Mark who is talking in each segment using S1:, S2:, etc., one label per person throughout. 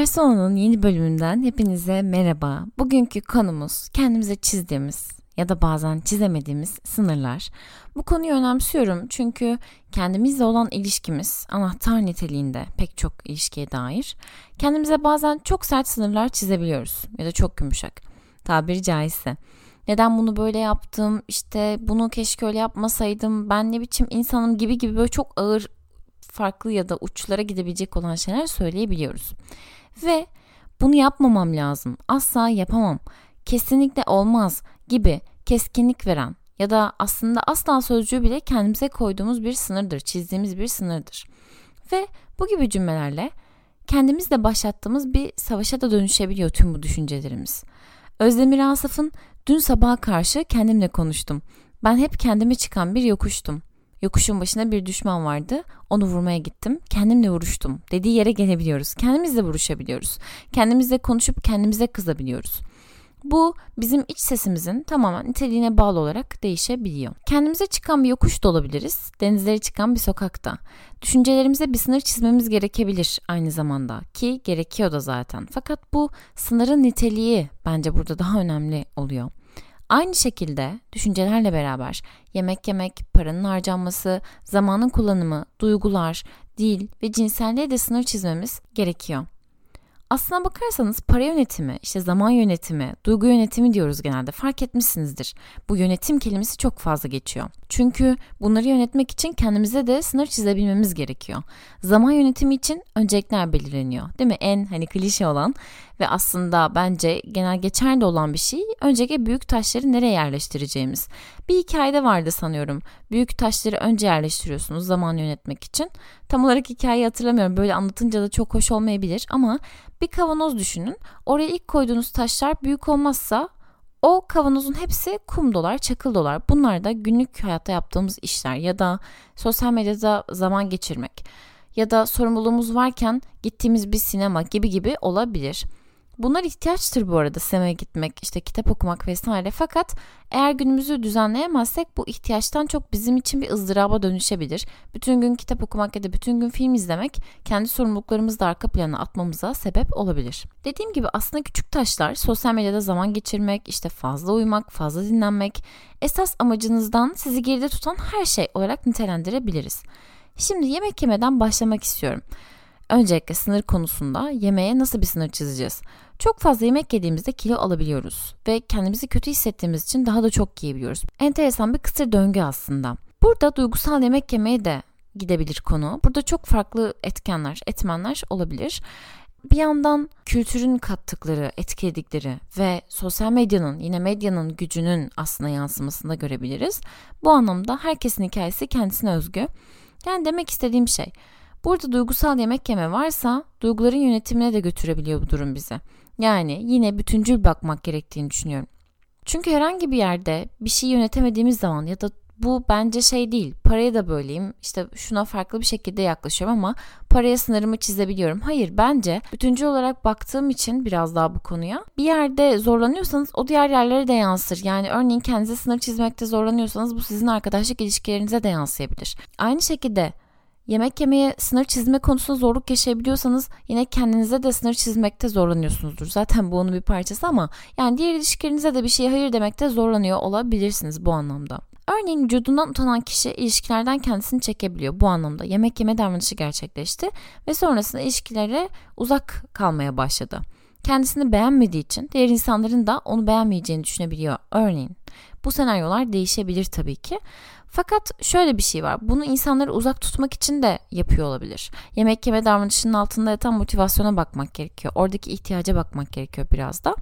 S1: Persona'nın yeni bölümünden hepinize merhaba. Bugünkü konumuz kendimize çizdiğimiz ya da bazen çizemediğimiz sınırlar. Bu konuyu önemsiyorum çünkü kendimizle olan ilişkimiz anahtar niteliğinde pek çok ilişkiye dair. Kendimize bazen çok sert sınırlar çizebiliyoruz ya da çok yumuşak, tabiri caizse. Neden bunu böyle yaptım, işte bunu keşke öyle yapmasaydım, ben ne biçim insanım gibi böyle çok ağır, farklı ya da uçlara gidebilecek olan şeyler söyleyebiliyoruz. Ve bunu yapmamam lazım, asla yapamam, kesinlikle olmaz gibi keskinlik veren ya da aslında asla sözcüğü bile kendimize koyduğumuz bir sınırdır, çizdiğimiz bir sınırdır. Ve bu gibi cümlelerle kendimizle başlattığımız bir savaşa da dönüşebiliyor tüm bu düşüncelerimiz. Özdemir Asaf'ın "Dün sabaha karşı kendimle konuştum. Ben hep kendime çıkan bir yokuştum. Yokuşun başında bir düşman vardı. Onu vurmaya gittim. Kendimle vuruştum" dediği yere gelebiliyoruz. Kendimizle vuruşabiliyoruz. Kendimizle konuşup kendimize kızabiliyoruz. Bu bizim iç sesimizin tamamen niteliğine bağlı olarak değişebiliyor. Kendimize çıkan bir yokuş da olabiliriz. Denizlere çıkan bir sokakta. Düşüncelerimize bir sınır çizmemiz gerekebilir aynı zamanda, ki gerekiyor da zaten. Fakat bu sınırın niteliği bence burada daha önemli oluyor. Aynı şekilde düşüncelerle beraber yemek yemek, paranın harcanması, zamanın kullanımı, duygular, dil ve cinselliğe de sınır çizmemiz gerekiyor. Aslına bakarsanız para yönetimi, işte zaman yönetimi, duygu yönetimi diyoruz genelde. Fark etmişsinizdir. Bu yönetim kelimesi çok fazla geçiyor. Çünkü bunları yönetmek için kendimize de sınır çizebilmemiz gerekiyor. Zaman yönetimi için öncelikler belirleniyor. Değil mi? En klişe olan ve aslında bence genel geçerli olan bir şey. Öncelikle büyük taşları nereye yerleştireceğimiz. Bir hikayede vardı sanıyorum. Büyük taşları önce yerleştiriyorsunuz zaman yönetmek için. Tam olarak hikayeyi hatırlamıyorum. Böyle anlatınca da çok hoş olmayabilir ama bir kavanoz düşünün. Oraya ilk koyduğunuz taşlar büyük olmazsa o kavanozun hepsi kum dolar, çakıl dolar. Bunlar da günlük hayatta yaptığımız işler ya da sosyal medyada zaman geçirmek ya da sorumluluğumuz varken gittiğimiz bir sinema gibi olabilir. Bunlar ihtiyaçtır bu arada, sinemaya gitmek, işte kitap okumak vesaire. Fakat eğer günümüzü düzenleyemezsek bu ihtiyaçtan çok bizim için bir ızdıraba dönüşebilir. Bütün gün kitap okumak ya da bütün gün film izlemek kendi sorumluluklarımızı da arka plana atmamıza sebep olabilir. Dediğim gibi aslında küçük taşlar sosyal medyada zaman geçirmek, işte fazla uyumak, fazla dinlenmek, esas amacınızdan sizi geride tutan her şey olarak nitelendirebiliriz. Şimdi yemek yemeden başlamak istiyorum. Öncelikle sınır konusunda yemeğe nasıl bir sınır çizeceğiz? Çok fazla yemek yediğimizde kilo alabiliyoruz ve kendimizi kötü hissettiğimiz için daha da çok yiyebiliyoruz. Enteresan bir kısır döngü aslında. Burada duygusal yemek yemeye de gidebilir konu. Burada çok farklı etmenler olabilir. Bir yandan kültürün kattıkları, etkiledikleri ve sosyal medyanın gücünün aslında yansımasını da görebiliriz. Bu anlamda herkesin hikayesi kendisine özgü. Yani demek istediğim şey, burada duygusal yemek yeme varsa duyguların yönetimine de götürebiliyor bu durum bizi. Yani yine bütüncül bakmak gerektiğini düşünüyorum. Çünkü herhangi bir yerde bir şey yönetemediğimiz zaman ya da bu bence değil, paraya da böyleyim, işte şuna farklı bir şekilde yaklaşıyorum ama paraya sınırımı çizebiliyorum. Hayır, bence bütüncül olarak baktığım için biraz daha bu konuya, bir yerde zorlanıyorsanız o diğer yerlere de yansır. Yani örneğin kendinize sınır çizmekte zorlanıyorsanız bu sizin arkadaşlık ilişkilerinize de yansıyabilir. Aynı şekilde yemek yemeye sınır çizme konusunda zorluk yaşayabiliyorsanız yine kendinize de sınır çizmekte zorlanıyorsunuzdur. Zaten bu onun bir parçası ama yani diğer ilişkilerinize de bir şeye hayır demekte zorlanıyor olabilirsiniz bu anlamda. Örneğin vücudundan utanan kişi ilişkilerden kendisini çekebiliyor. Bu anlamda yemek yeme davranışı gerçekleşti ve sonrasında ilişkilere uzak kalmaya başladı. Kendisini beğenmediği için diğer insanların da onu beğenmeyeceğini düşünebiliyor örneğin. Bu senaryolar değişebilir tabii ki. Fakat şöyle bir şey var. Bunu insanları uzak tutmak için de yapıyor olabilir. Yemek yeme davranışının altında yatan motivasyona bakmak gerekiyor. Oradaki ihtiyaca bakmak gerekiyor biraz da.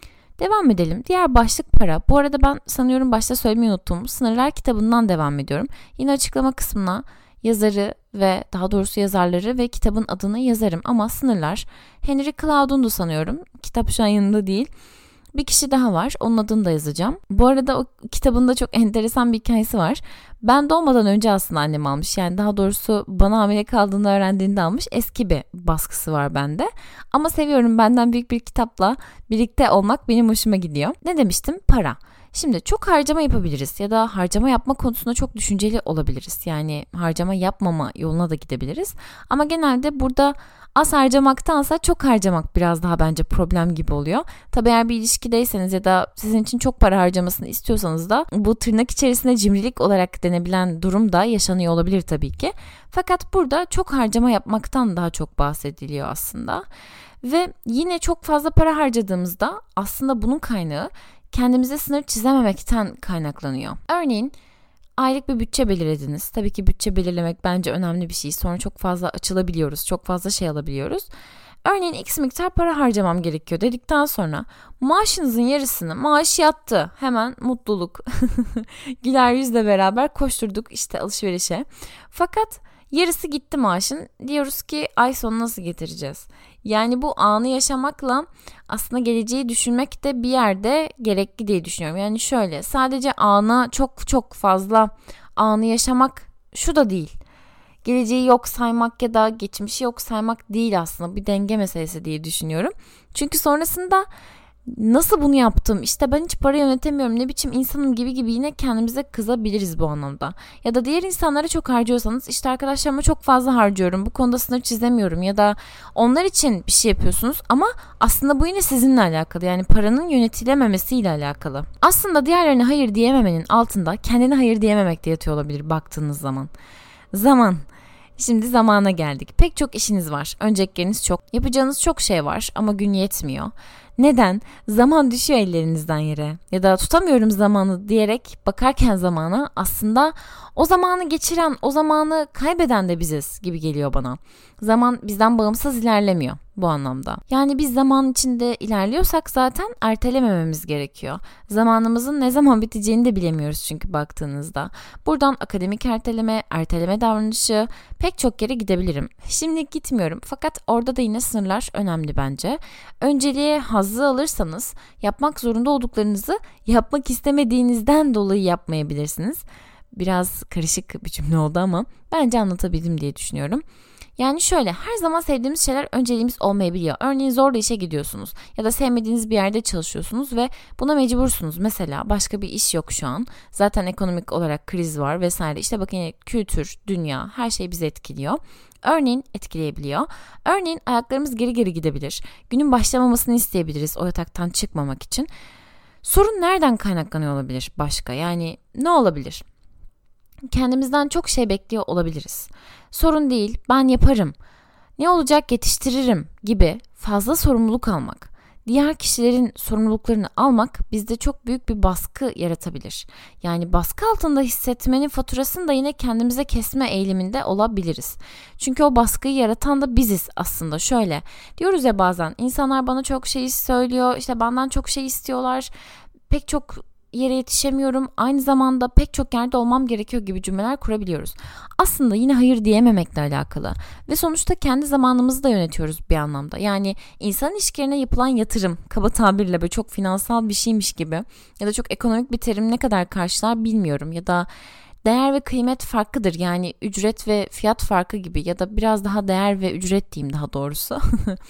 S1: Devam edelim. Diğer başlık para. Bu arada ben sanıyorum başta söylemeyi unuttum. Sınırlar kitabından devam ediyorum. Yine açıklama kısmına yazarı ve daha doğrusu yazarları ve kitabın adını yazarım. Ama sınırlar Henry Cloud'undu sanıyorum. Kitap şu an yanında değil. Bir kişi daha var. Onun adını da yazacağım. Bu arada o kitabında çok enteresan bir hikayesi var. Ben doğmadan önce aslında annem almış. Yani daha doğrusu bana hamile kaldığını öğrendiğinde almış. Eski bir baskısı var bende. Ama seviyorum. Benden büyük bir kitapla birlikte olmak benim hoşuma gidiyor. Ne demiştim? Para. Şimdi çok harcama yapabiliriz ya da harcama yapma konusunda çok düşünceli olabiliriz. Yani harcama yapmama yoluna da gidebiliriz. Ama genelde burada Az harcamaktansa çok harcamak biraz daha bence problem gibi oluyor. Tabii eğer bir ilişkideyseniz ya da sizin için çok para harcamasını istiyorsanız da bu tırnak içerisinde cimrilik olarak denebilen durum da yaşanıyor olabilir tabii ki. Fakat burada çok harcama yapmaktan daha çok bahsediliyor aslında. Ve yine çok fazla para harcadığımızda aslında bunun kaynağı kendimize sınır çizememekten kaynaklanıyor. Örneğin aylık bir bütçe belirlediniz. Tabii ki bütçe belirlemek bence önemli bir şey. Sonra çok fazla açılabiliyoruz, çok fazla şey alabiliyoruz. Örneğin X miktar para harcamam gerekiyor dedikten sonra maaşınızın yarısını, maaş yattı. Hemen mutluluk, güler yüzle beraber koşturduk işte alışverişe. Fakat yarısı gitti maaşın. Diyoruz ki ay sonu nasıl getireceğiz? Yani bu anı yaşamakla aslında geleceği düşünmek de bir yerde gerekli diye düşünüyorum. Yani şöyle, sadece ana çok fazla anı yaşamak şu da değil. Geleceği yok saymak ya da geçmişi yok saymak değil aslında, bir denge meselesi diye düşünüyorum. Çünkü sonrasında nasıl bunu yaptım, işte ben hiç para yönetemiyorum, ne biçim insanım gibi yine kendimize kızabiliriz bu anlamda. Ya da diğer insanlara çok harcıyorsanız, işte arkadaşlarıma çok fazla harcıyorum, bu konuda sınır çizemiyorum ya da onlar için bir şey yapıyorsunuz ama aslında bu yine sizinle alakalı, yani paranın yönetilememesiyle alakalı. Aslında diğerlerine hayır diyememenin altında kendine hayır diyememek de yatıyor olabilir baktığınız zaman. Zaman. Şimdi zamana geldik. Pek çok işiniz var. Öncelikleriniz çok. Yapacağınız çok şey var ama gün yetmiyor. Neden? Zaman düşüyor ellerinizden yere. Ya da tutamıyorum zamanı diyerek bakarken zamana aslında o zamanı geçiren, o zamanı kaybeden de biziz gibi geliyor bana. Zaman bizden bağımsız ilerlemiyor bu anlamda. Yani biz zaman içinde ilerliyorsak zaten ertelemememiz gerekiyor. Zamanımızın ne zaman biteceğini de bilemiyoruz çünkü baktığınızda. Buradan akademik erteleme davranışı pek çok yere gidebilirim. Şimdi gitmiyorum fakat orada da yine sınırlar önemli bence. Önceliğe hazzı alırsanız yapmak zorunda olduklarınızı yapmak istemediğinizden dolayı yapmayabilirsiniz. Biraz karışık bir cümle oldu ama bence anlatabildim diye düşünüyorum. Yani şöyle, her zaman sevdiğimiz şeyler önceliğimiz olmayabiliyor. Örneğin zorla işe gidiyorsunuz ya da sevmediğiniz bir yerde çalışıyorsunuz ve buna mecbursunuz. Mesela başka bir iş yok şu an. Zaten ekonomik olarak kriz var vesaire. İşte bakın, kültür, dünya, her şey bizi etkiliyor. Örneğin etkileyebiliyor. Örneğin ayaklarımız geri gidebilir. Günün başlamamasını isteyebiliriz o yataktan çıkmamak için. Sorun nereden kaynaklanıyor olabilir başka? Yani ne olabilir? Kendimizden çok şey bekliyor olabiliriz. Sorun değil, ben yaparım, ne olacak yetiştiririm gibi fazla sorumluluk almak, diğer kişilerin sorumluluklarını almak bizde çok büyük bir baskı yaratabilir. Yani baskı altında hissetmenin faturasını da yine kendimize kesme eğiliminde olabiliriz. Çünkü o baskıyı yaratan da biziz aslında. Şöyle diyoruz ya, bazen insanlar bana çok şey söylüyor, işte benden çok şey istiyorlar, pek çok yere yetişemiyorum, aynı zamanda pek çok yerde olmam gerekiyor gibi cümleler kurabiliyoruz. Aslında yine hayır diyememekle alakalı ve sonuçta kendi zamanımızı da yönetiyoruz bir anlamda. Yani insan ilişkilerine yapılan yatırım, kaba tabirle böyle çok finansal bir şeymiş gibi ya da çok ekonomik bir terim ne kadar karşılar bilmiyorum, ya da değer ve kıymet farkıdır, yani ücret ve fiyat farkı gibi, ya da biraz daha değer ve ücret diyeyim daha doğrusu.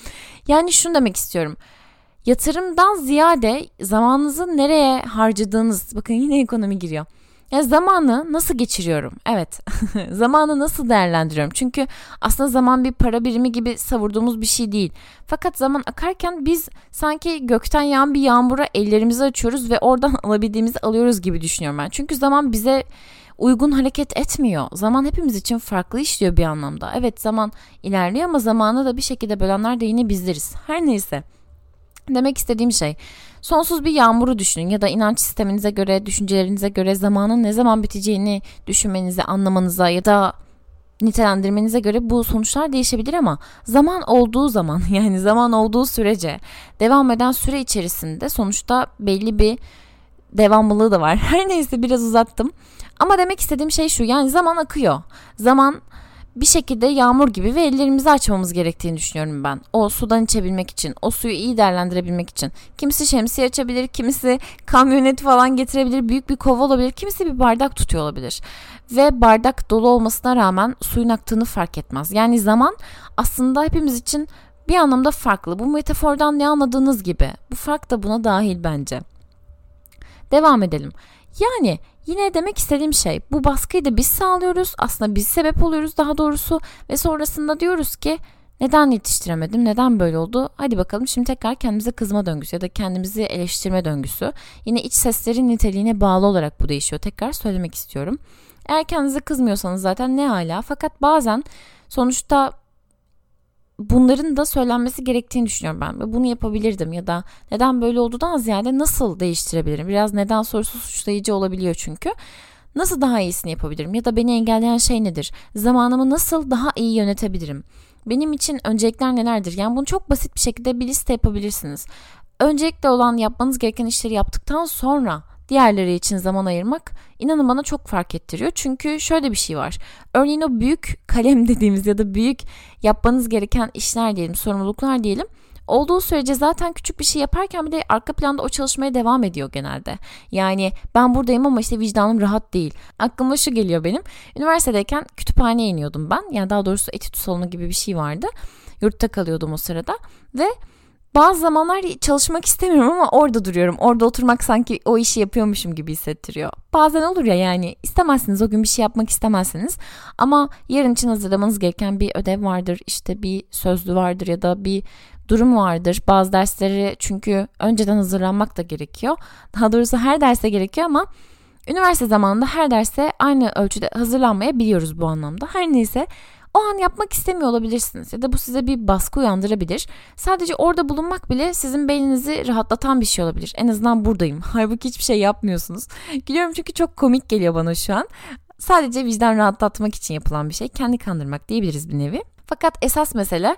S1: Yani şunu demek istiyorum. Yatırımdan ziyade zamanınızı nereye harcadığınız, bakın yine ekonomi giriyor. Yani zamanı nasıl geçiriyorum? Evet, zamanı nasıl değerlendiriyorum? Çünkü aslında zaman bir para birimi gibi savurduğumuz bir şey değil. Fakat zaman akarken biz sanki gökten yağan bir yağmura ellerimizi açıyoruz ve oradan alabildiğimizi alıyoruz gibi düşünüyorum ben. Çünkü zaman bize uygun hareket etmiyor. Zaman hepimiz için farklı işliyor bir anlamda. Evet, zaman ilerliyor ama zamanı da bir şekilde bölenler de yine bizleriz. Her neyse. Demek istediğim şey, sonsuz bir yağmuru düşünün ya da inanç sisteminize göre, düşüncelerinize göre zamanın ne zaman biteceğini düşünmenize, anlamanıza ya da nitelendirmenize göre bu sonuçlar değişebilir ama zaman olduğu zaman, yani zaman olduğu sürece, devam eden süre içerisinde sonuçta belli bir devamlılığı da var. Her neyse, biraz uzattım. Ama demek istediğim şey şu, yani zaman akıyor. Zaman bir şekilde yağmur gibi ve ellerimizi açmamız gerektiğini düşünüyorum ben. O sudan içebilmek için, o suyu iyi değerlendirebilmek için. Kimisi şemsiye açabilir, kimisi kamyonet falan getirebilir, büyük bir kova olabilir, kimisi bir bardak tutuyor olabilir. Ve bardak dolu olmasına rağmen suyun aktığını fark etmez. Yani zaman aslında hepimiz için bir anlamda farklı. Bu metafordan ne anladığınız gibi. Bu fark da buna dahil bence. Devam edelim. Yani yine demek istediğim şey, bu baskıyı da biz sağlıyoruz. Aslında biz sebep oluyoruz daha doğrusu ve sonrasında diyoruz ki Neden yetiştiremedim? Neden böyle oldu? Hadi bakalım şimdi tekrar kendimize kızma döngüsü ya da kendimizi eleştirme döngüsü. Yine iç seslerin niteliğine bağlı olarak bu değişiyor. Tekrar söylemek istiyorum. Eğer kendinize kızmıyorsanız zaten ne hala. Fakat bazen sonuçta bunların da söylenmesi gerektiğini düşünüyorum ben. Ve bunu yapabilirdim ya da neden böyle olduğundan ziyade nasıl değiştirebilirim? Biraz neden sorusu suçlayıcı olabiliyor çünkü. Nasıl daha iyisini yapabilirim? Ya da beni engelleyen şey nedir? Zamanımı nasıl daha iyi yönetebilirim? Benim için öncelikler nelerdir? Yani bunu çok basit bir şekilde bir liste yapabilirsiniz. Öncelikle olan yapmanız gereken işleri yaptıktan sonra diğerleri için zaman ayırmak inanın bana çok fark ettiriyor. Çünkü şöyle bir şey var. Örneğin o büyük kalem dediğimiz ya da büyük yapmanız gereken işler diyelim, sorumluluklar diyelim. Olduğu sürece zaten küçük bir şey yaparken bir de arka planda o çalışmaya devam ediyor genelde. Yani ben buradayım ama işte vicdanım rahat değil. Aklıma şu geliyor benim. Üniversitedeyken kütüphaneye iniyordum ben. Yani daha doğrusu etüt salonu gibi bir şey vardı. Yurtta kalıyordum o sırada ve bazı zamanlar çalışmak istemiyorum ama orada duruyorum. Orada oturmak sanki o işi yapıyormuşum gibi hissettiriyor. Bazen olur ya, yani istemezsiniz, o gün bir şey yapmak istemezsiniz. Ama yarın için hazırlamanız gereken bir ödev vardır, işte bir sözlü vardır ya da bir durum vardır. Bazı dersleri çünkü önceden hazırlanmak da gerekiyor. Daha doğrusu her derse gerekiyor ama üniversite zamanında her derse aynı ölçüde hazırlanmayabiliyoruz bu anlamda. Her neyse, o an yapmak istemiyor olabilirsiniz ya da bu size bir baskı uyandırabilir. Sadece orada bulunmak bile sizin beyninizi rahatlatan bir şey olabilir. En azından buradayım. Halbuki hiçbir şey yapmıyorsunuz. Gülüyorum çünkü çok komik geliyor bana şu an. Sadece vicdan rahatlatmak için yapılan bir şey. Kendi kandırmak diyebiliriz bir nevi. Fakat esas mesele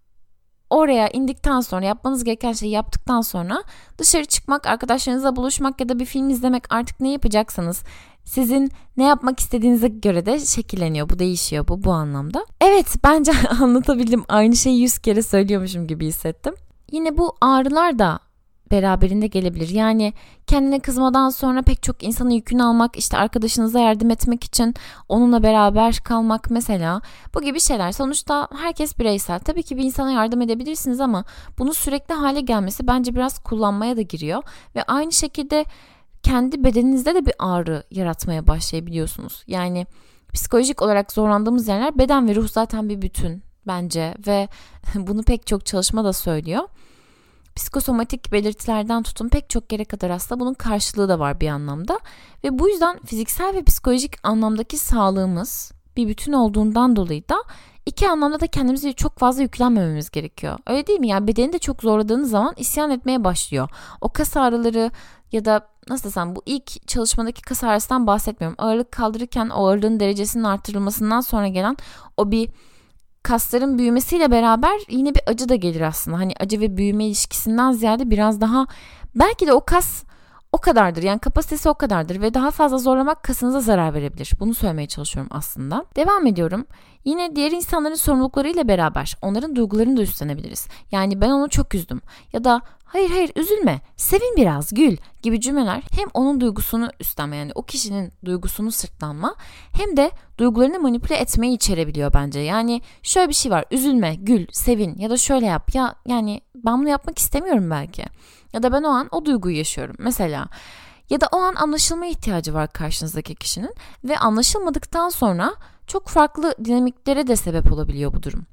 S1: oraya indikten sonra, yapmanız gereken şeyi yaptıktan sonra dışarı çıkmak, arkadaşlarınızla buluşmak ya da bir film izlemek, artık ne yapacaksanız sizin ne yapmak istediğinize göre de şekilleniyor. Bu değişiyor bu anlamda. Evet, bence anlatabildim. Aynı şeyi 100 kere söylüyormuşum gibi hissettim. Yine bu ağrılar da beraberinde gelebilir. Yani kendine kızmadan sonra pek çok insanın yükünü almak, işte arkadaşınıza yardım etmek için onunla beraber kalmak mesela, bu gibi şeyler. Sonuçta herkes bireysel. Tabii ki bir insana yardım edebilirsiniz ama bunu sürekli hale gelmesi bence biraz kullanmaya da giriyor ve aynı şekilde kendi bedeninizde de bir ağrı yaratmaya başlayabiliyorsunuz. Yani psikolojik olarak zorlandığımız yerler, beden ve ruh zaten bir bütün bence ve bunu pek çok çalışma da söylüyor. Psikosomatik belirtilerden tutun pek çok yere kadar aslında bunun karşılığı da var bir anlamda. Ve bu yüzden fiziksel ve psikolojik anlamdaki sağlığımız bir bütün olduğundan dolayı da iki anlamda da kendimize çok fazla yüklenmememiz gerekiyor. Öyle değil mi? Yani bedeni de çok zorladığınız zaman isyan etmeye başlıyor. O kas ağrıları ya da nasıl desem, bu ilk çalışmadaki kas ağrısından bahsetmiyorum. Ağırlık kaldırırken o ağırlığın derecesinin artırılmasından sonra gelen o bir kasların büyümesiyle beraber yine bir acı da gelir aslında. Hani acı ve büyüme ilişkisinden ziyade biraz daha belki de o kas o kadardır. Yani kapasitesi o kadardır ve daha fazla zorlamak kasınıza zarar verebilir. Bunu söylemeye çalışıyorum aslında. Devam ediyorum. Yine diğer insanların sorumluluklarıyla beraber onların duygularını da üstlenebiliriz. Yani ben onu çok üzdüm ya da hayır üzülme, sevin biraz, gül gibi cümleler hem onun duygusunu üstlenme, yani o kişinin duygusunu sırtlanma, hem de duygularını manipüle etmeyi içerebiliyor bence. Yani şöyle bir şey var, üzülme, gül, sevin ya da şöyle yap, ya yani ben bunu yapmak istemiyorum belki. Ya da ben o an o duyguyu yaşıyorum mesela. Ya da o an anlaşılma ihtiyacı var karşınızdaki kişinin ve anlaşılmadıktan sonra çok farklı dinamiklere de sebep olabiliyor bu durum.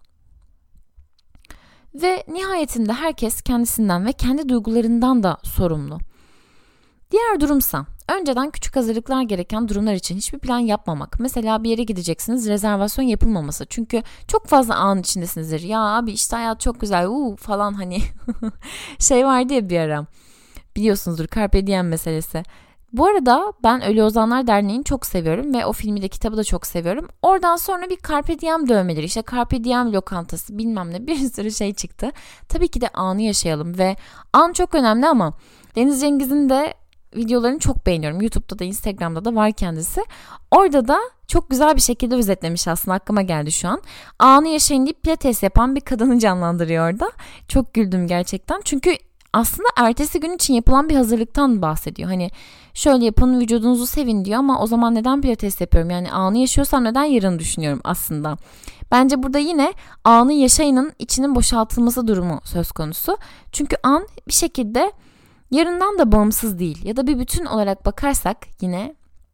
S1: Ve nihayetinde herkes kendisinden ve kendi duygularından da sorumlu. Diğer durumsa önceden küçük hazırlıklar gereken durumlar için hiçbir plan yapmamak. Mesela bir yere gideceksiniz, rezervasyon yapılmaması. Çünkü çok fazla an içindesinizdir. Ya abi işte hayat çok güzel falan, hani şey vardı ya bir ara. Biliyorsunuzdur, Carpe Diem meselesi. Bu arada ben Ölü Ozanlar Derneği'ni çok seviyorum ve o filmi de kitabı da çok seviyorum. Oradan sonra bir Carpe Diem dövmeleri, işte Carpe Diem lokantası bilmem ne, bir sürü şey çıktı. Tabii ki de anı yaşayalım ve an çok önemli ama Deniz Cengiz'in de videolarını çok beğeniyorum. YouTube'da da Instagram'da da var kendisi. Orada da çok güzel bir şekilde özetlemiş, aslında aklıma geldi şu an. Anı yaşayın deyip pilates yapan bir kadını canlandırıyor orada. Çok güldüm gerçekten. Çünkü aslında ertesi gün için yapılan bir hazırlıktan bahsediyor. Hani şöyle yapın, vücudunuzu sevin diyor ama o zaman neden pilates yapıyorum? Yani anı yaşıyorsam neden yarını düşünüyorum aslında? Bence burada yine anı yaşayının içinin boşaltılması durumu söz konusu. Çünkü an bir şekilde yarından da bağımsız değil ya da bir bütün olarak bakarsak yine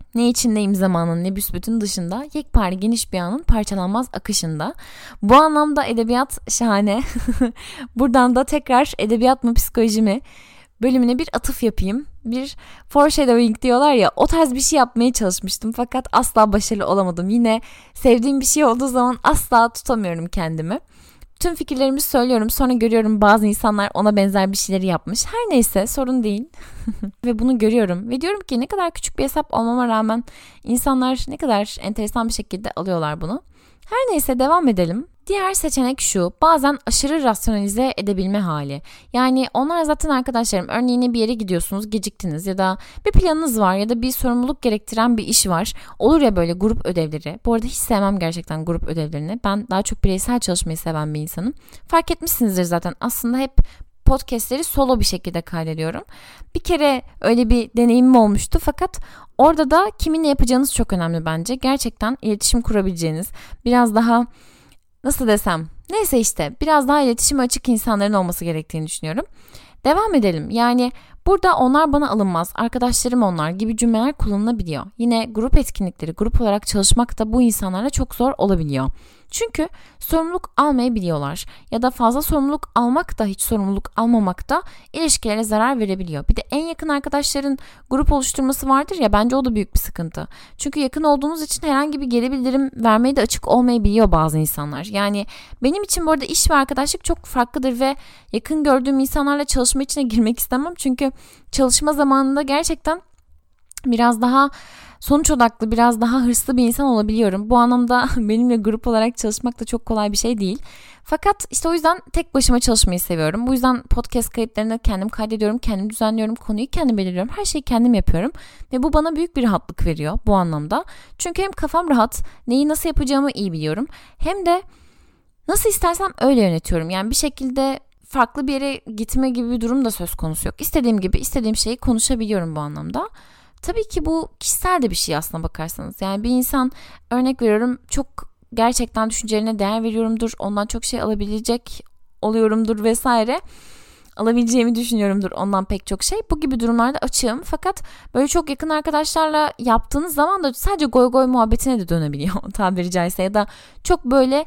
S1: Ne içindeyim zamanın ne büsbütün dışında, yekpare geniş bir anın parçalanmaz akışında. Bu anlamda edebiyat şahane. Buradan da tekrar edebiyat mı psikoloji mi bölümüne bir atıf yapayım. Bir foreshadowing diyorlar ya, o tarz bir şey yapmaya çalışmıştım fakat asla başarılı olamadım. Yine sevdiğim bir şey olduğu zaman asla tutamıyorum kendimi. Tüm fikirlerimi söylüyorum, sonra görüyorum bazı insanlar ona benzer bir şeyleri yapmış. Her neyse, sorun değil. Ve bunu görüyorum ve diyorum ki ne kadar küçük bir hesap olmama rağmen insanlar ne kadar enteresan bir şekilde alıyorlar bunu. Her neyse, devam edelim. Diğer seçenek şu: bazen aşırı rasyonalize edebilme hali. Yani onlar zaten arkadaşlarım. Örneğin bir yere gidiyorsunuz, geciktiniz ya da bir planınız var ya da bir sorumluluk gerektiren bir iş var. Olur ya böyle grup ödevleri. Bu arada hiç sevmem gerçekten grup ödevlerini. Ben daha çok bireysel çalışmayı seven bir insanım. Fark etmişsinizdir zaten, aslında hep podcastleri solo bir şekilde kaydediyorum. Bir kere öyle bir deneyimim olmuştu fakat orada da kiminle yapacağınız çok önemli bence. Gerçekten iletişim kurabileceğiniz, biraz daha nasıl desem, neyse işte biraz daha iletişime açık insanların olması gerektiğini düşünüyorum. Devam edelim. Yani burada onlar bana alınmaz, arkadaşlarım onlar gibi cümleler kullanılabiliyor. Yine grup etkinlikleri, grup olarak çalışmak da bu insanlarla çok zor olabiliyor. Çünkü sorumluluk almayabiliyorlar ya da fazla sorumluluk almak da hiç sorumluluk almamak da ilişkilere zarar verebiliyor. Bir de en yakın arkadaşların grup oluşturması vardır ya, bence o da büyük bir sıkıntı. Çünkü yakın olduğunuz için herhangi bir geri bildirim vermeye de açık olmayabiliyor bazı insanlar. Yani benim için bu arada iş ve arkadaşlık çok farklıdır ve yakın gördüğüm insanlarla çalışma içine girmek istemem. Çünkü çalışma zamanında gerçekten biraz daha sonuç odaklı, biraz daha hırslı bir insan olabiliyorum. Bu anlamda benimle grup olarak çalışmak da çok kolay bir şey değil. Fakat işte o yüzden tek başıma çalışmayı seviyorum. Bu yüzden podcast kayıtlarını kendim kaydediyorum, kendim düzenliyorum, konuyu kendim belirliyorum. Her şeyi kendim yapıyorum ve bu bana büyük bir rahatlık veriyor bu anlamda. Çünkü hem kafam rahat, neyi nasıl yapacağımı iyi biliyorum. Hem de nasıl istersem öyle yönetiyorum. Yani bir şekilde farklı bir yere gitme gibi bir durum da söz konusu yok. İstediğim gibi istediğim şeyi konuşabiliyorum bu anlamda. Tabii ki bu kişisel de bir şey aslına bakarsanız. Yani bir insan, örnek veriyorum, çok gerçekten düşüncelerine değer veriyorumdur. Ondan çok şey alabilecek oluyorumdur vesaire. Alabileceğimi düşünüyorumdur ondan pek çok şey. Bu gibi durumlarda açığım. Fakat böyle çok yakın arkadaşlarla yaptığınız zaman da sadece goy goy muhabbetine de dönebiliyor tabiri caizse. Ya da çok böyle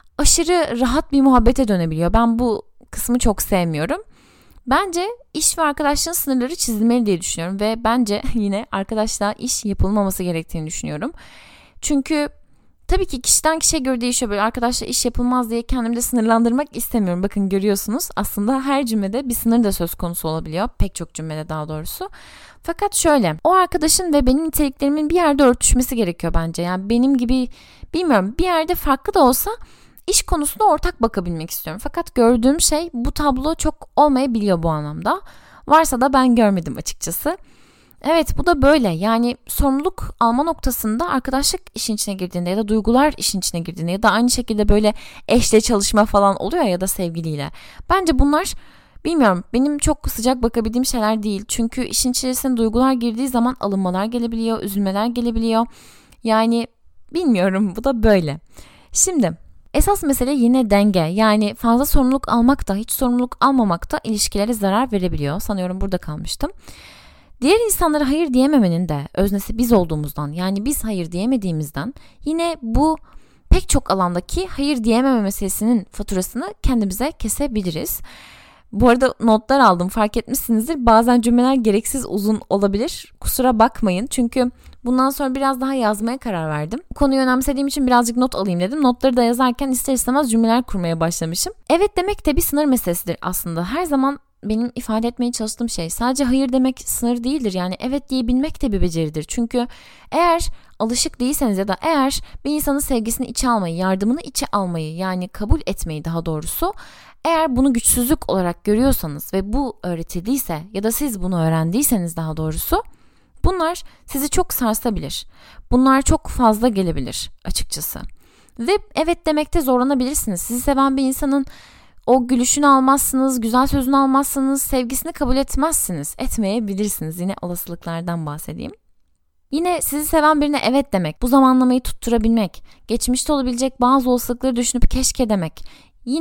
S1: aşırı rahat bir muhabbete dönebiliyor. Ben bu kısmı çok sevmiyorum. Bence iş ve arkadaşlığın sınırları çizilmeli diye düşünüyorum ve bence yine arkadaşlığa iş yapılmaması gerektiğini düşünüyorum. Çünkü tabii ki kişiden kişiye göre değişiyor. Böyle arkadaşla iş yapılmaz diye kendimi de sınırlandırmak istemiyorum. Bakın görüyorsunuz, aslında her cümlede bir sınır da söz konusu olabiliyor. Pek çok cümlede daha doğrusu. Fakat şöyle, o arkadaşın ve benim niteliklerimin bir yerde örtüşmesi gerekiyor bence. Yani benim gibi, bilmiyorum, bir yerde farklı da olsa İş konusuna ortak bakabilmek istiyorum. Fakat gördüğüm şey, bu tablo çok olmayabiliyor bu anlamda. Varsa da ben görmedim açıkçası. Evet, bu da böyle. Yani sorumluluk alma noktasında arkadaşlık işin içine girdiğinde ya da duygular işin içine girdiğinde ya da aynı şekilde böyle eşle çalışma falan oluyor ya da sevgiliyle. Bence bunlar, bilmiyorum, benim çok sıcak bakabildiğim şeyler değil. Çünkü işin içerisine duygular girdiği zaman alınmalar gelebiliyor, üzülmeler gelebiliyor. Yani bilmiyorum, bu da böyle. Şimdi esas mesele yine denge. Yani fazla sorumluluk almak da hiç sorumluluk almamak da ilişkilere zarar verebiliyor. Sanıyorum burada kalmıştım. Diğer insanlara hayır diyememenin de öznesi biz olduğumuzdan, yani biz hayır diyemediğimizden, yine bu pek çok alandaki hayır diyememe meselesinin faturasını kendimize kesebiliriz. Bu arada notlar aldım, fark etmişsinizdir. Bazen cümleler gereksiz uzun olabilir. Kusura bakmayın, çünkü bundan sonra biraz daha yazmaya karar verdim. Konuyu önemsediğim için birazcık not alayım dedim. Notları da yazarken ister istemez cümleler kurmaya başlamışım. Evet demek de bir sınır meselesidir aslında. Her zaman benim ifade etmeye çalıştığım şey, sadece hayır demek sınır değildir. Yani evet diyebilmek de bir beceridir. Çünkü eğer alışık değilseniz ya da eğer bir insanın sevgisini içe almayı, yardımını içe almayı, yani kabul etmeyi daha doğrusu, eğer bunu güçsüzlük olarak görüyorsanız ve bu öğretildiyse ya da siz bunu öğrendiyseniz daha doğrusu, bunlar sizi çok sarsabilir. Bunlar çok fazla gelebilir açıkçası. Ve evet demekte zorlanabilirsiniz. Sizi seven bir insanın o gülüşünü almazsınız, güzel sözünü almazsınız, sevgisini kabul etmezsiniz. Etmeyebilirsiniz. Yine olasılıklardan bahsedeyim. Yine sizi seven birine evet demek, bu zamanlamayı tutturabilmek, geçmişte olabilecek bazı olasılıkları düşünüp keşke demek. Yine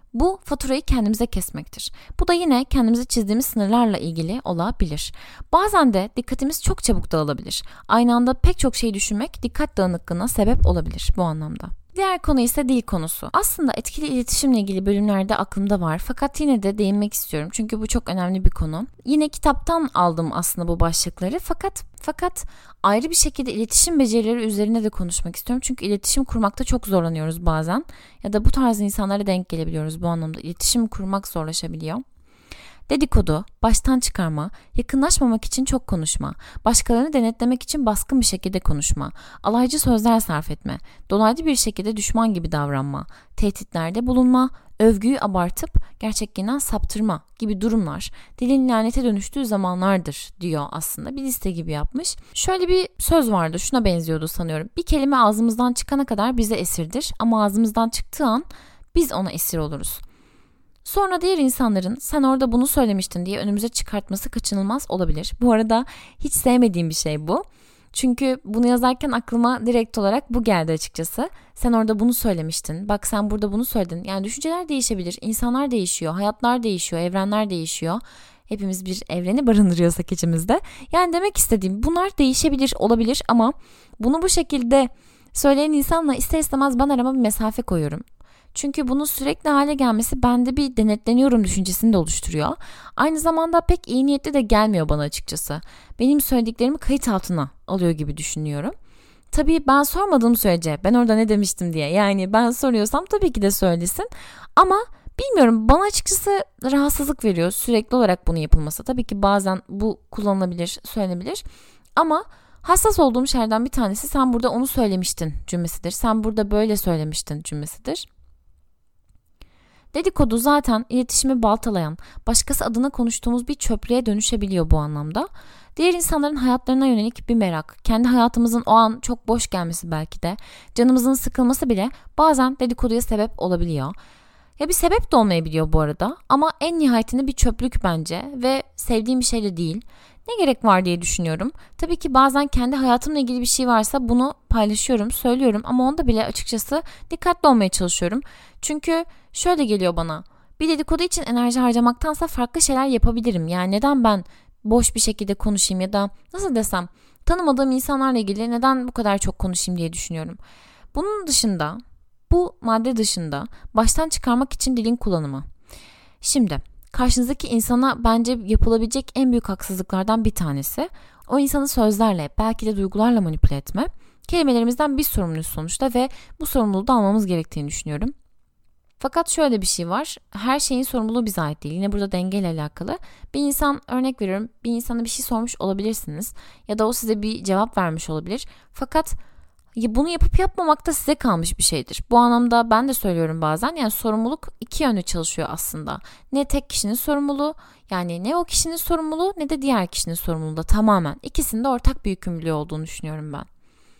S1: Bu faturayı kendimize kesmektir. Bu da yine kendimize çizdiğimiz sınırlarla ilgili olabilir. Bazen de dikkatimiz çok çabuk dağılabilir. Aynı anda pek çok şey düşünmek dikkat dağınıklığına sebep olabilir bu anlamda. Diğer konu ise dil konusu. Aslında etkili iletişimle ilgili bölümlerde aklımda var fakat yine de değinmek istiyorum çünkü bu çok önemli bir konu. Yine kitaptan aldım aslında bu başlıkları fakat ayrı bir şekilde iletişim becerileri üzerine de konuşmak istiyorum. Çünkü iletişim kurmakta çok zorlanıyoruz bazen ya da bu tarz insanlara denk gelebiliyoruz bu anlamda. İletişim kurmak zorlaşabiliyor. Dedikodu, baştan çıkarma, yakınlaşmamak için çok konuşma, başkalarını denetlemek için baskın bir şekilde konuşma, alaycı sözler sarf etme, dolaylı bir şekilde düşman gibi davranma, tehditlerde bulunma, övgüyü abartıp gerçekliğinden saptırma gibi durumlar dilin lanete dönüştüğü zamanlardır diyor aslında. Bir liste gibi yapmış. Şöyle bir söz vardı, şuna benziyordu sanıyorum. Bir kelime ağzımızdan çıkana kadar bize esirdir ama ağzımızdan çıktığı an biz ona esir oluruz. Sonra diğer insanların sen orada bunu söylemiştin diye önümüze çıkartması kaçınılmaz olabilir. Bu arada hiç sevmediğim bir şey bu. Çünkü bunu yazarken aklıma direkt olarak bu geldi açıkçası. Sen orada bunu söylemiştin. Bak sen burada bunu söyledin. Yani düşünceler değişebilir, insanlar değişiyor, hayatlar değişiyor, evrenler değişiyor. Hepimiz bir evreni barındırıyorsak içimizde. Yani demek istediğim bunlar değişebilir, olabilir ama bunu bu şekilde söyleyen insanla ister istemez ben arama bir mesafe koyuyorum. Çünkü bunun sürekli hale gelmesi bende bir denetleniyorum düşüncesini de oluşturuyor. Aynı zamanda pek iyi niyetli de gelmiyor bana açıkçası. Benim söylediklerimi kayıt altına alıyor gibi düşünüyorum. Tabii ben sormadığım sürece ben orada ne demiştim diye. Yani ben soruyorsam tabii ki de söylesin. Ama bilmiyorum, bana açıkçası rahatsızlık veriyor sürekli olarak bunun yapılması. Tabii ki bazen bu kullanılabilir, söylenebilir. Ama hassas olduğum şeylerden bir tanesi sen burada onu söylemiştin cümlesidir. Sen burada böyle söylemiştin cümlesidir. Dedikodu zaten iletişimi baltalayan, başkası adına konuştuğumuz bir çöplüğe dönüşebiliyor bu anlamda. Diğer insanların hayatlarına yönelik bir merak, kendi hayatımızın o an çok boş gelmesi belki de, canımızın sıkılması bile bazen dedikoduya sebep olabiliyor. Ya bir sebep de olmayabiliyor bu arada ama en nihayetinde bir çöplük bence ve sevdiğim bir şey de değil. Ne gerek var diye düşünüyorum. Tabii ki bazen kendi hayatımla ilgili bir şey varsa bunu paylaşıyorum, söylüyorum ama onda bile açıkçası dikkatli olmaya çalışıyorum. Çünkü şöyle geliyor bana. Bir dedikodu için enerji harcamaktansa farklı şeyler yapabilirim. Yani neden ben boş bir şekilde konuşayım ya da nasıl desem tanımadığım insanlarla ilgili neden bu kadar çok konuşayım diye düşünüyorum. Bunun dışında, bu madde dışında baştan çıkarmak için dilin kullanımı. Şimdi karşınızdaki insana bence yapılabilecek en büyük haksızlıklardan bir tanesi o insanı sözlerle belki de duygularla manipüle etme. Kelimelerimizden biz sorumluyuz sonuçta ve bu sorumluluğu da almamız gerektiğini düşünüyorum. Fakat şöyle bir şey var. Her şeyin sorumluluğu bize ait değil. Yine burada dengeyle alakalı. Bir insan, örnek veriyorum, bir insana bir şey sormuş olabilirsiniz. Ya da o size bir cevap vermiş olabilir. Fakat bunu yapıp yapmamak da size kalmış bir şeydir. Bu anlamda ben de söylüyorum bazen. Yani sorumluluk iki yönlü çalışıyor aslında. Ne tek kişinin sorumluluğu, yani ne o kişinin sorumluluğu ne de diğer kişinin sorumluluğu da tamamen. İkisinin de ortak bir yükümlülüğü olduğunu düşünüyorum ben.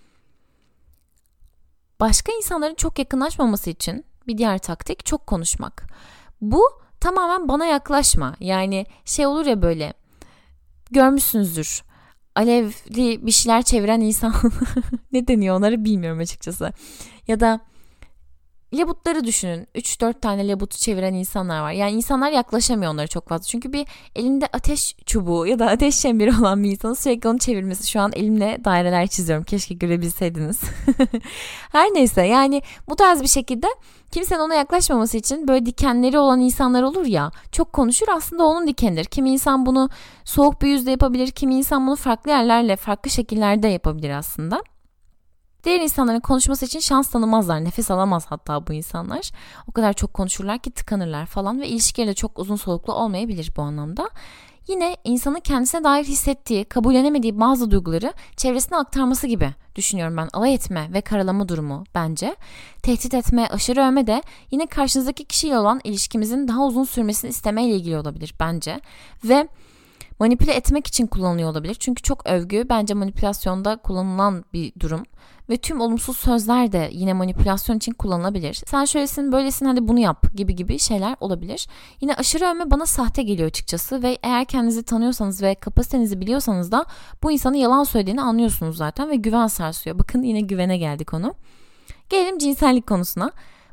S1: Başka insanların çok yakınlaşmaması için bir diğer taktik çok konuşmak. Bu tamamen bana yaklaşma. Yani şey olur ya, böyle görmüşsünüzdür. Alevli bir şeyler çeviren insan ne deniyor onları bilmiyorum açıkçası. Ya da labutları düşünün. 3-4 tane labutu çeviren insanlar var. Yani insanlar yaklaşamıyor onlara çok fazla. Çünkü bir elinde ateş çubuğu ya da ateş çemberi olan bir insanın sürekli onu çevirmesi. Şu an elimle daireler çiziyorum. Keşke görebilseydiniz. Her neyse, yani bu tarz bir şekilde kimsenin ona yaklaşmaması için böyle dikenleri olan insanlar olur ya, çok konuşur, aslında onun dikenidir. Kimi insan bunu soğuk bir yüzle yapabilir. Kimi insan bunu farklı yerlerle, farklı şekillerde yapabilir aslında. Diğer insanların konuşması için şans tanımazlar. Nefes alamaz hatta bu insanlar. O kadar çok konuşurlar ki tıkanırlar falan ve ilişkileri de çok uzun soluklu olmayabilir bu anlamda. Yine insanın kendisine dair hissettiği, kabullenemediği bazı duyguları çevresine aktarması gibi düşünüyorum ben. Alay etme ve karalama durumu bence. Tehdit etme, aşırı övme de yine karşınızdaki kişiyle olan ilişkimizin daha uzun sürmesini istemeyle ilgili olabilir bence. Ve manipüle etmek için kullanılıyor olabilir. Çünkü çok övgü bence manipülasyonda kullanılan bir durum. Ve tüm olumsuz sözler de yine manipülasyon için kullanılabilir. Sen şöylesin, böylesin, hadi bunu yap gibi şeyler olabilir. Yine aşırı övme bana sahte geliyor açıkçası ve eğer kendinizi tanıyorsanız ve kapasitenizi biliyorsanız da bu insanın yalan söylediğini anlıyorsunuz zaten ve güven sarsıyor. Bakın yine güvene geldik konu. Gelelim cinsellik konusuna.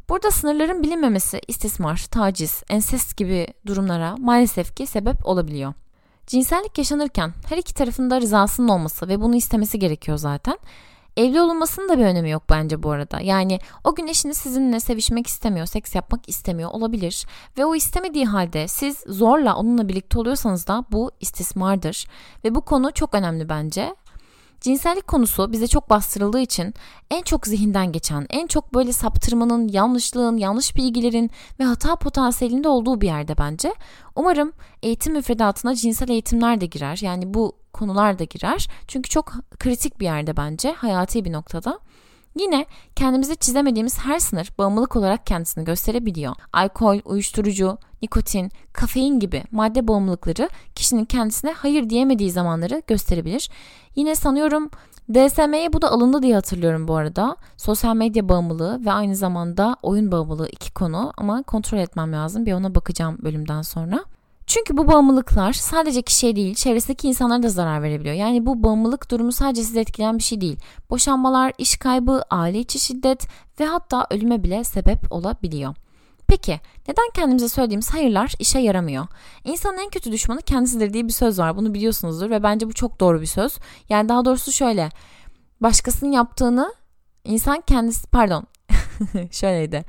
S1: Burada sınırların bilinmemesi istismar, taciz, ensest gibi durumlara maalesef ki sebep olabiliyor. Cinsellik yaşanırken her iki tarafın da rızasının olması ve bunu istemesi gerekiyor zaten. Evli olunmasının da bir önemi yok bence bu arada. Yani o gün eşiniz sizinle sevişmek istemiyor, seks yapmak istemiyor olabilir. Ve o istemediği halde siz zorla onunla birlikte oluyorsanız da bu istismardır. Ve bu konu çok önemli bence. Cinsellik konusu bize çok bastırıldığı için en çok zihinden geçen, en çok böyle saptırmanın, yanlışlığın, yanlış bilgilerin ve hata potansiyelinde olduğu bir yerde bence. Umarım eğitim müfredatına cinsel eğitimler de girer. Yani bu konular da girer. Çünkü çok kritik bir yerde bence, hayati bir noktada. Yine kendimize çizemediğimiz her sınır bağımlılık olarak kendisini gösterebiliyor. Alkol, uyuşturucu, nikotin, kafein gibi madde bağımlılıkları kişinin kendisine hayır diyemediği zamanları gösterebilir. Yine sanıyorum DSM'ye bu da alındı diye hatırlıyorum bu arada. Sosyal medya bağımlılığı ve aynı zamanda oyun bağımlılığı iki konu ama kontrol etmem lazım. Bir ona bakacağım bölümden sonra. Çünkü bu bağımlılıklar sadece kişiye değil, çevresindeki insanlara da zarar verebiliyor. Yani bu bağımlılık durumu sadece sizi etkileyen bir şey değil. Boşanmalar, iş kaybı, aile içi şiddet ve hatta ölüme bile sebep olabiliyor. Peki, neden kendimize söylediğimiz hayırlar işe yaramıyor? İnsanın en kötü düşmanı kendisidir diye bir söz var. Bunu biliyorsunuzdur ve bence bu çok doğru bir söz. Yani daha doğrusu şöyle, başkasının yaptığını insan kendisi, şöyleydi.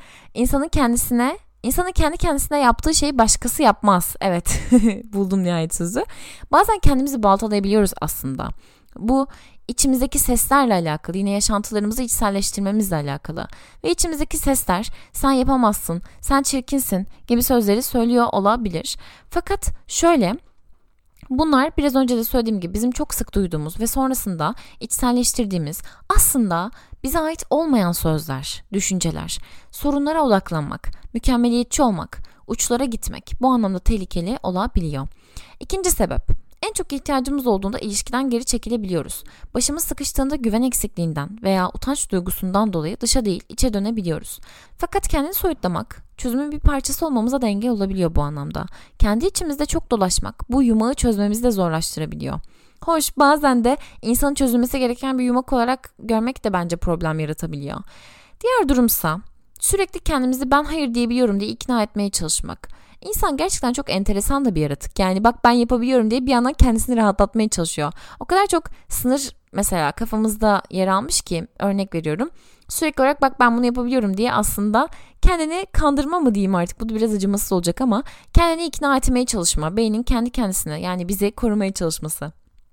S1: İnsanın kendi kendisine yaptığı şeyi başkası yapmaz. Evet, buldum nihayet sözü. Bazen kendimizi baltalayabiliyoruz aslında. Bu içimizdeki seslerle alakalı, yine yaşantılarımızı içselleştirmemizle alakalı. Ve içimizdeki sesler sen yapamazsın, sen çirkinsin gibi sözleri söylüyor olabilir. Fakat şöyle, bunlar biraz önce de söylediğim gibi bizim çok sık duyduğumuz ve sonrasında içselleştirdiğimiz aslında bize ait olmayan sözler, düşünceler. Sorunlara odaklanmak, mükemmeliyetçi olmak, uçlara gitmek bu anlamda tehlikeli olabiliyor. İkinci sebep, en çok ihtiyacımız olduğunda ilişkiden geri çekilebiliyoruz. Başımız sıkıştığında güven eksikliğinden veya utanç duygusundan dolayı dışa değil içe dönebiliyoruz. Fakat kendini soyutlamak, çözümün bir parçası olmamıza da engel olabiliyor bu anlamda. Kendi içimizde çok dolaşmak bu yumağı çözmemizi de zorlaştırabiliyor. Hoş, bazen de insanın çözülmesi gereken bir yumak olarak görmek de bence problem yaratabiliyor. Diğer durumsa sürekli kendimizi ben hayır diyebiliyorum diye ikna etmeye çalışmak. İnsan gerçekten çok enteresan da bir yaratık. Yani bak ben yapabiliyorum diye bir yandan kendisini rahatlatmaya çalışıyor. O kadar çok sınır mesela kafamızda yer almış ki, örnek veriyorum. Sürekli olarak bak ben bunu yapabiliyorum diye aslında kendini kandırma mı diyeyim artık, bu da biraz acımasız olacak ama kendini ikna etmeye çalışma. Beynin kendi kendisine, yani bizi korumaya çalışması.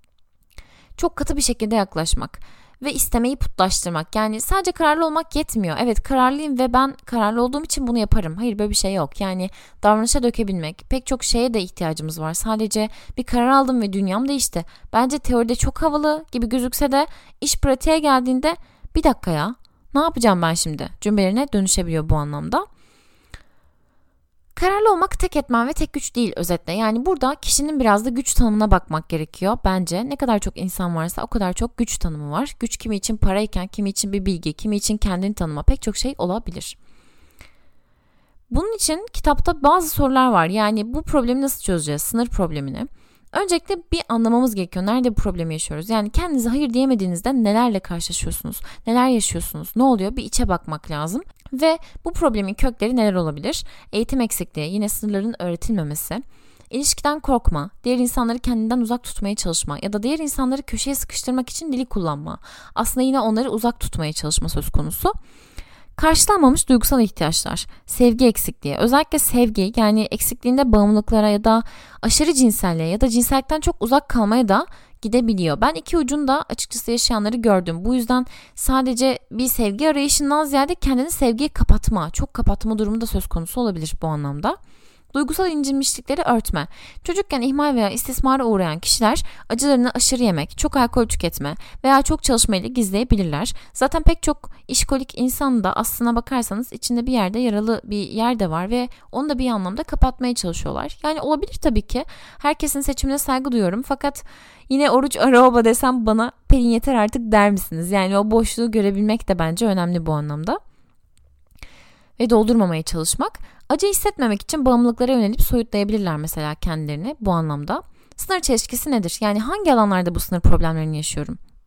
S1: Çok katı bir şekilde yaklaşmak ve istemeyi putlaştırmak. Yani sadece kararlı olmak yetmiyor. Evet, kararlıyım ve ben kararlı olduğum için bunu yaparım. Hayır, böyle bir şey yok. Yani davranışa dökebilmek, pek çok şeye de ihtiyacımız var. Sadece bir karar aldım ve dünyam değişti. Bence teoride çok havalı gibi gözükse de iş pratiğe geldiğinde bir dakika ya, ne yapacağım ben şimdi cümlelerine dönüşebiliyor bu anlamda. Kararlı olmak tek etmen ve tek güç değil özetle. Yani burada kişinin biraz da güç tanımına bakmak gerekiyor bence. Ne kadar çok insan varsa o kadar çok güç tanımı var. Güç kimi için parayken, kimi için bir bilgi, kimi için kendini tanıma, pek çok şey olabilir. Bunun için kitapta bazı sorular var. Yani bu problemi nasıl çözeceğiz? Sınır problemini. Öncelikle bir anlamamız gerekiyor. Nerede bu problemi yaşıyoruz? Yani kendinize hayır diyemediğinizde nelerle karşılaşıyorsunuz? Neler yaşıyorsunuz? Ne oluyor? Bir içe bakmak lazım. Ve bu problemin kökleri neler olabilir? Eğitim eksikliği, yine sınırların öğretilmemesi, ilişkiden korkma, diğer insanları kendinden uzak tutmaya çalışma ya da diğer insanları köşeye sıkıştırmak için dili kullanma. Aslında yine onları uzak tutmaya çalışma söz konusu. Karşılanmamış duygusal ihtiyaçlar, sevgi eksikliği, özellikle sevgi, yani eksikliğinde bağımlılıklara ya da aşırı cinselliğe ya da cinsellikten çok uzak kalmaya da gidebiliyor. Ben iki ucunda açıkçası yaşayanları gördüm. Bu yüzden sadece bir sevgi arayışından ziyade kendini sevgiye kapatma, çok kapatma durumu da söz konusu olabilir bu anlamda. Duygusal incinmişlikleri örtme. Çocukken ihmal veya istismara uğrayan kişiler acılarını aşırı yemek, çok alkol tüketme veya çok çalışmayla gizleyebilirler. Zaten pek çok işkolik insan da aslına bakarsanız içinde bir yerde yaralı bir yer de var ve onu da bir anlamda kapatmaya çalışıyorlar. Yani olabilir tabii ki. Herkesin seçimine saygı duyuyorum fakat yine oruç araba desem bana Pelin yeter artık der misiniz? Yani o boşluğu görebilmek de bence önemli bu anlamda. Ve doldurmamaya çalışmak. Acı hissetmemek için bağımlılıklara yönelip soyutlayabilirler mesela kendilerini bu anlamda. Sınır çelişkisi nedir? Yani hangi alanlarda bu sınır problemlerini yaşıyorum?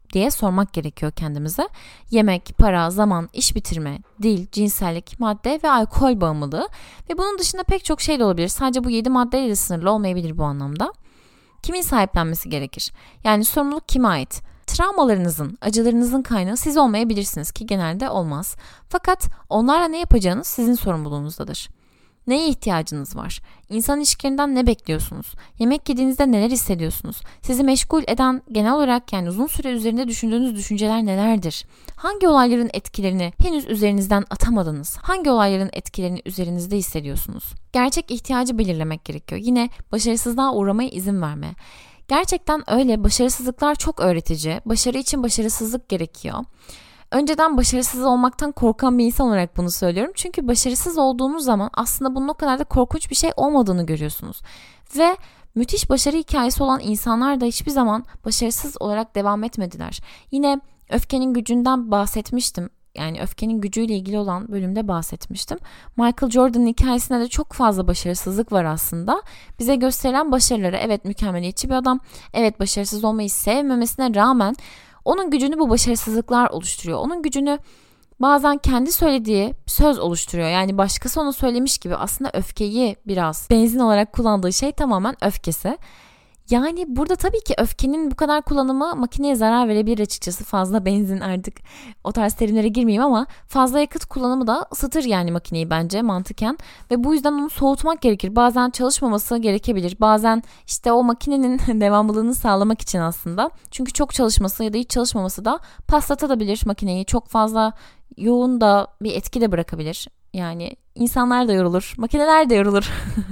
S1: diye sormak gerekiyor kendimize. Yemek, para, zaman, iş bitirme, dil, cinsellik, madde ve alkol bağımlılığı ve bunun dışında pek çok şey de olabilir. Sadece bu 7 maddeyle de sınırlı olmayabilir bu anlamda. Kimin sahiplenmesi gerekir? Yani sorumluluk kime ait? Travmalarınızın, acılarınızın kaynağı siz olmayabilirsiniz ki genelde olmaz. Fakat onlarla ne yapacağınız sizin sorumluluğunuzdadır. Neye ihtiyacınız var? İnsan ilişkilerinden ne bekliyorsunuz? Yemek yediğinizde neler hissediyorsunuz? Sizi meşgul eden genel olarak yani uzun süre üzerinde düşündüğünüz düşünceler nelerdir? Hangi olayların etkilerini henüz üzerinizden atamadınız? Hangi olayların etkilerini üzerinizde hissediyorsunuz? Gerçek ihtiyacı belirlemek gerekiyor. Yine başarısızlığa uğramaya izin verme. Gerçekten öyle, başarısızlıklar çok öğretici. Başarı için başarısızlık gerekiyor. Önceden başarısız olmaktan korkan bir insan olarak bunu söylüyorum. Çünkü başarısız olduğunuz zaman aslında bunun o kadar da korkunç bir şey olmadığını görüyorsunuz. Ve müthiş başarı hikayesi olan insanlar da hiçbir zaman başarısız olarak devam etmediler. Yine öfkenin gücünden bahsetmiştim. Yani öfkenin gücüyle ilgili olan bölümde bahsetmiştim. Michael Jordan'ın hikayesinde de çok fazla başarısızlık var aslında. Bize gösterilen başarıları, evet mükemmeliyetçi bir adam, evet başarısız olmayı sevmemesine rağmen onun gücünü bu başarısızlıklar oluşturuyor. Onun gücünü bazen kendi söylediği söz oluşturuyor. Yani başkası ona söylemiş gibi aslında öfkeyi biraz benzin olarak kullandığı şey tamamen öfkesi. Yani burada tabii ki öfkenin bu kadar kullanımı makineye zarar verebilir açıkçası. Fazla benzin artık o tarz terimlere girmeyeyim ama fazla yakıt kullanımı da ısıtır yani makineyi bence mantıken. Ve bu yüzden onu soğutmak gerekir. Bazen çalışmaması gerekebilir. Bazen işte o makinenin devamlılığını sağlamak için aslında. Çünkü çok çalışması ya da hiç çalışmaması da paslatabilir makineyi. Çok fazla yoğun da bir etki de bırakabilir. Yani insanlar da yorulur, makineler de yorulur.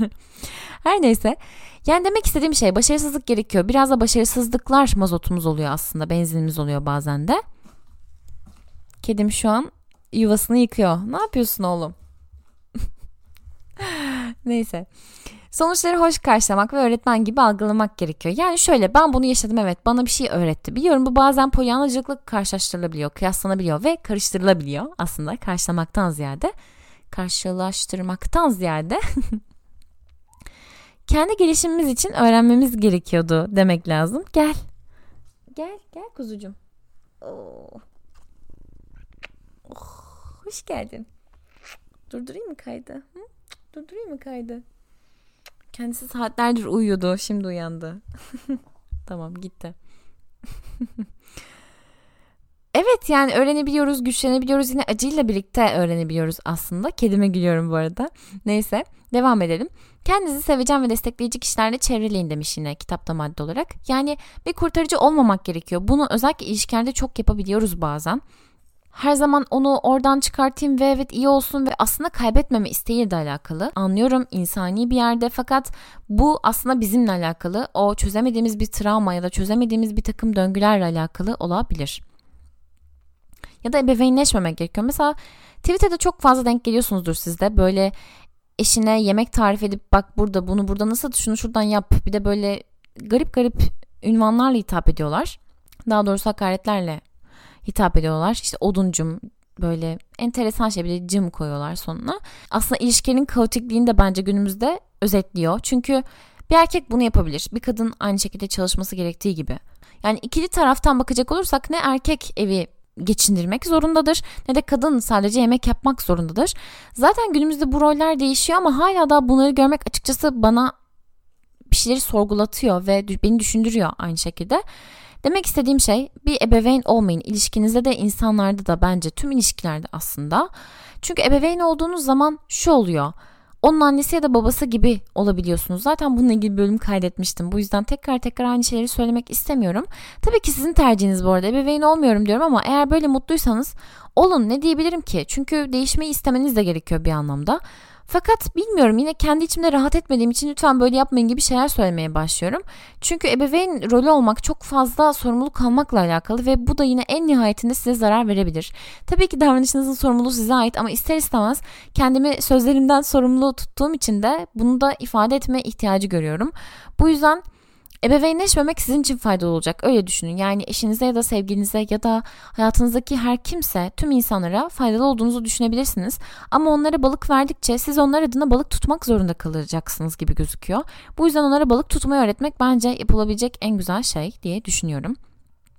S1: Her neyse. Yani demek istediğim şey başarısızlık gerekiyor. Biraz da başarısızlıklar mazotumuz oluyor aslında. Benzinimiz oluyor bazen de. Kedim şu an yuvasını yıkıyor. Ne yapıyorsun oğlum? Neyse. Sonuçları hoş karşılamak ve öğretmen gibi algılamak gerekiyor. Yani şöyle, ben bunu yaşadım, evet, bana bir şey öğretti. Biliyorum bu bazen polyanacılıkla karşılaştırılabiliyor, kıyaslanabiliyor ve karıştırılabiliyor aslında karşılaştırmaktan ziyade kendi gelişimimiz için öğrenmemiz gerekiyordu demek lazım. Gel kuzucum. Oh, hoş geldin. Durdurayım mı kaydı? Hı? Durdurayım mı kaydı? Kendisi saatlerdir uyuyordu. Şimdi uyandı. Tamam, gitti. Evet, yani öğrenebiliyoruz, güçlenebiliyoruz. Yine acıyla birlikte öğrenebiliyoruz aslında. Kedime gülüyorum bu arada. Neyse, devam edelim. Kendinizi sevecen ve destekleyici kişilerle çevreleyin demiş yine kitapta madde olarak. Yani bir kurtarıcı olmamak gerekiyor. Bunu özellikle ilişkilerde çok yapabiliyoruz bazen. Her zaman onu oradan çıkartayım ve evet iyi olsun ve aslında kaybetmeme isteğiyle de alakalı. Anlıyorum, insani bir yerde, fakat bu aslında bizimle alakalı. O çözemediğimiz bir travma ya da çözemediğimiz bir takım döngülerle alakalı olabilir. Ya da ebeveynleşmemek gerekiyor. Mesela Twitter'da çok fazla denk geliyorsunuzdur sizde. Böyle eşine yemek tarif edip bak burada bunu burada nasıl şunu şuradan yap. Bir de böyle garip garip ünvanlarla hitap ediyorlar. Daha doğrusu hakaretlerle hitap ediyorlar. İşte oduncum, böyle enteresan şey, bir de cım koyuyorlar sonuna. Aslında ilişkinin kaotikliğini de bence günümüzde özetliyor. Çünkü bir erkek bunu yapabilir. Bir kadın aynı şekilde çalışması gerektiği gibi. Yani ikili taraftan bakacak olursak ne erkek evi geçindirmek zorundadır ne de kadın sadece yemek yapmak zorundadır. Zaten günümüzde bu roller değişiyor ama hala da bunları görmek açıkçası bana bir şeyleri sorgulatıyor ve beni düşündürüyor aynı şekilde. Demek istediğim şey, bir ebeveyn olmayın. İlişkinizde de, insanlarda da, bence tüm ilişkilerde aslında. Çünkü ebeveyn olduğunuz zaman şu oluyor. Onun annesi ya da babası gibi olabiliyorsunuz. Zaten bununla ilgili bir bölüm kaydetmiştim. Bu yüzden tekrar aynı şeyleri söylemek istemiyorum. Tabii ki sizin tercihiniz bu arada. Ebeveyn olmuyorum diyorum ama eğer böyle mutluysanız olun, ne diyebilirim ki? Çünkü değişmeyi istemeniz de gerekiyor bir anlamda. Fakat bilmiyorum, yine kendi içimde rahat etmediğim için lütfen böyle yapmayın gibi şeyler söylemeye başlıyorum. Çünkü ebeveyn rolü olmak çok fazla sorumluluk almakla alakalı ve bu da yine en nihayetinde size zarar verebilir. Tabii ki davranışınızın sorumluluğu size ait ama ister istemez kendimi sözlerimden sorumlu tuttuğum için de bunu da ifade etme ihtiyacı görüyorum. Bu yüzden ebeveynleşmemek sizin için faydalı olacak, öyle düşünün. Yani eşinize ya da sevgilinize ya da hayatınızdaki her kimse, tüm insanlara faydalı olduğunuzu düşünebilirsiniz. Ama onlara balık verdikçe siz onlar adına balık tutmak zorunda kalacaksınız gibi gözüküyor. Bu yüzden onlara balık tutmayı öğretmek bence yapılabilecek en güzel şey diye düşünüyorum.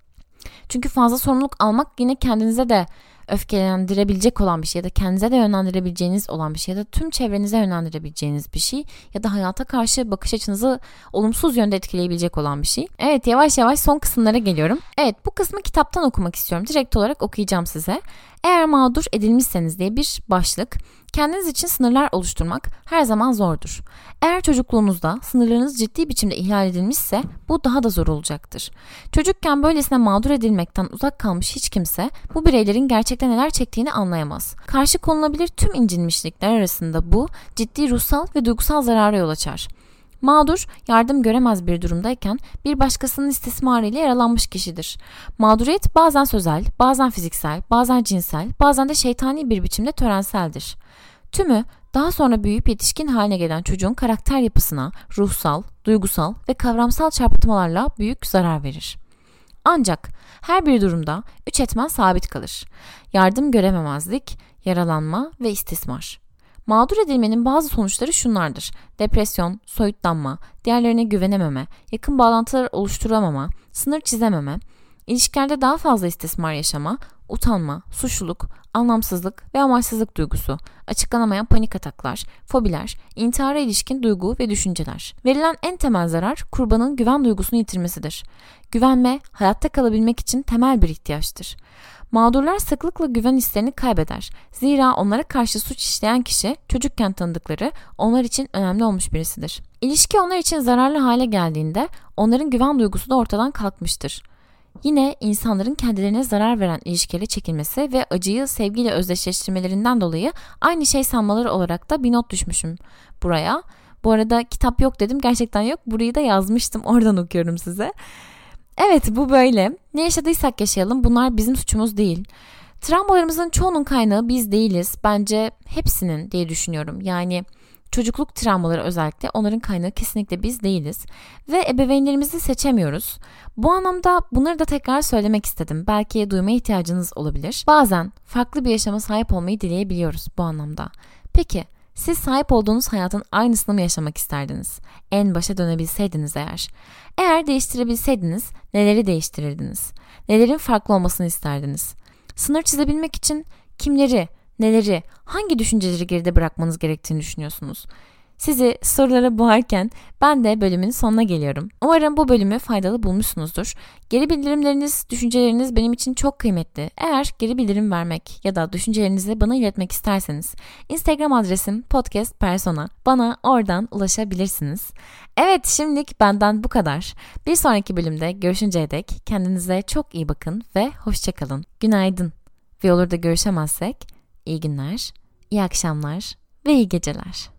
S1: Çünkü fazla sorumluluk almak yine kendinize de öfkelendirebilecek olan bir şey ya da kendinize de yönlendirebileceğiniz olan bir şey ya da tüm çevrenize yönlendirebileceğiniz bir şey ya da hayata karşı bakış açınızı olumsuz yönde etkileyebilecek olan bir şey. Evet, yavaş yavaş son kısımlara geliyorum. Evet, bu kısmı kitaptan okumak istiyorum. Direkt olarak okuyacağım size. Eğer mağdur edilmişseniz diye bir başlık. Kendiniz için sınırlar oluşturmak her zaman zordur. Eğer çocukluğunuzda sınırlarınız ciddi biçimde ihlal edilmişse bu daha da zor olacaktır. Çocukken böylesine mağdur edilmekten uzak kalmış hiç kimse bu bireylerin gerçekten neler çektiğini anlayamaz. Karşı konulabilir tüm incinmişlikler arasında bu ciddi ruhsal ve duygusal zarara yol açar. Mağdur, yardım göremez bir durumdayken bir başkasının istismarıyla yaralanmış kişidir. Mağduriyet bazen sözel, bazen fiziksel, bazen cinsel, bazen de şeytani bir biçimde törenseldir. Tümü daha sonra büyüyüp yetişkin haline gelen çocuğun karakter yapısına ruhsal, duygusal ve kavramsal çarpıtmalarla büyük zarar verir. Ancak her bir durumda 3 etmen sabit kalır. Yardım görememezlik, yaralanma ve istismar. Mağdur edilmenin bazı sonuçları şunlardır: depresyon, soyutlanma, diğerlerine güvenememe, yakın bağlantılar oluşturamama, sınır çizememe, ilişkilerde daha fazla istismar yaşama, utanma, suçluluk, anlamsızlık ve amaçsızlık duygusu, açıklanamayan panik ataklar, fobiler, intihara ilişkin duygu ve düşünceler. Verilen en temel zarar kurbanın güven duygusunu yitirmesidir. Güvenme, hayatta kalabilmek için temel bir ihtiyaçtır. Mağdurlar sıklıkla güven hislerini kaybeder. Zira onlara karşı suç işleyen kişi çocukken tanıdıkları, onlar için önemli olmuş birisidir. İlişki onlar için zararlı hale geldiğinde onların güven duygusu da ortadan kalkmıştır. Yine insanların kendilerine zarar veren ilişkiyle çekilmesi ve acıyı sevgiyle özdeşleştirmelerinden dolayı aynı şey sanmaları olarak da bir not düşmüşüm buraya. Bu arada kitap yok dedim, gerçekten yok. Burayı da yazmıştım, oradan okuyorum size. Evet, bu böyle. Ne yaşadıysak yaşayalım, bunlar bizim suçumuz değil. Travmalarımızın çoğunun kaynağı biz değiliz. Bence hepsinin diye düşünüyorum. Yani çocukluk travmaları özellikle, onların kaynağı kesinlikle biz değiliz. Ve ebeveynlerimizi seçemiyoruz. Bu anlamda bunları da tekrar söylemek istedim. Belki duymaya ihtiyacınız olabilir. Bazen farklı bir yaşama sahip olmayı dileyebiliyoruz bu anlamda. Peki siz sahip olduğunuz hayatın aynısını mı yaşamak isterdiniz? En başa dönebilseydiniz eğer. Eğer değiştirebilseydiniz neleri değiştirirdiniz? Nelerin farklı olmasını isterdiniz? Sınır çizebilmek için kimleri, neleri, hangi düşünceleri geride bırakmanız gerektiğini düşünüyorsunuz? Sizi sorulara boğarken ben de bölümün sonuna geliyorum. Umarım bu bölümü faydalı bulmuşsunuzdur. Geri bildirimleriniz, düşünceleriniz benim için çok kıymetli. Eğer geri bildirim vermek ya da düşüncelerinizi bana iletmek isterseniz Instagram adresim podcastpersona. Bana oradan ulaşabilirsiniz. Evet, şimdilik benden bu kadar. Bir sonraki bölümde görüşünceye dek kendinize çok iyi bakın ve hoşça kalın. Günaydın ve olur da görüşemezsek iyi günler, iyi akşamlar ve iyi geceler.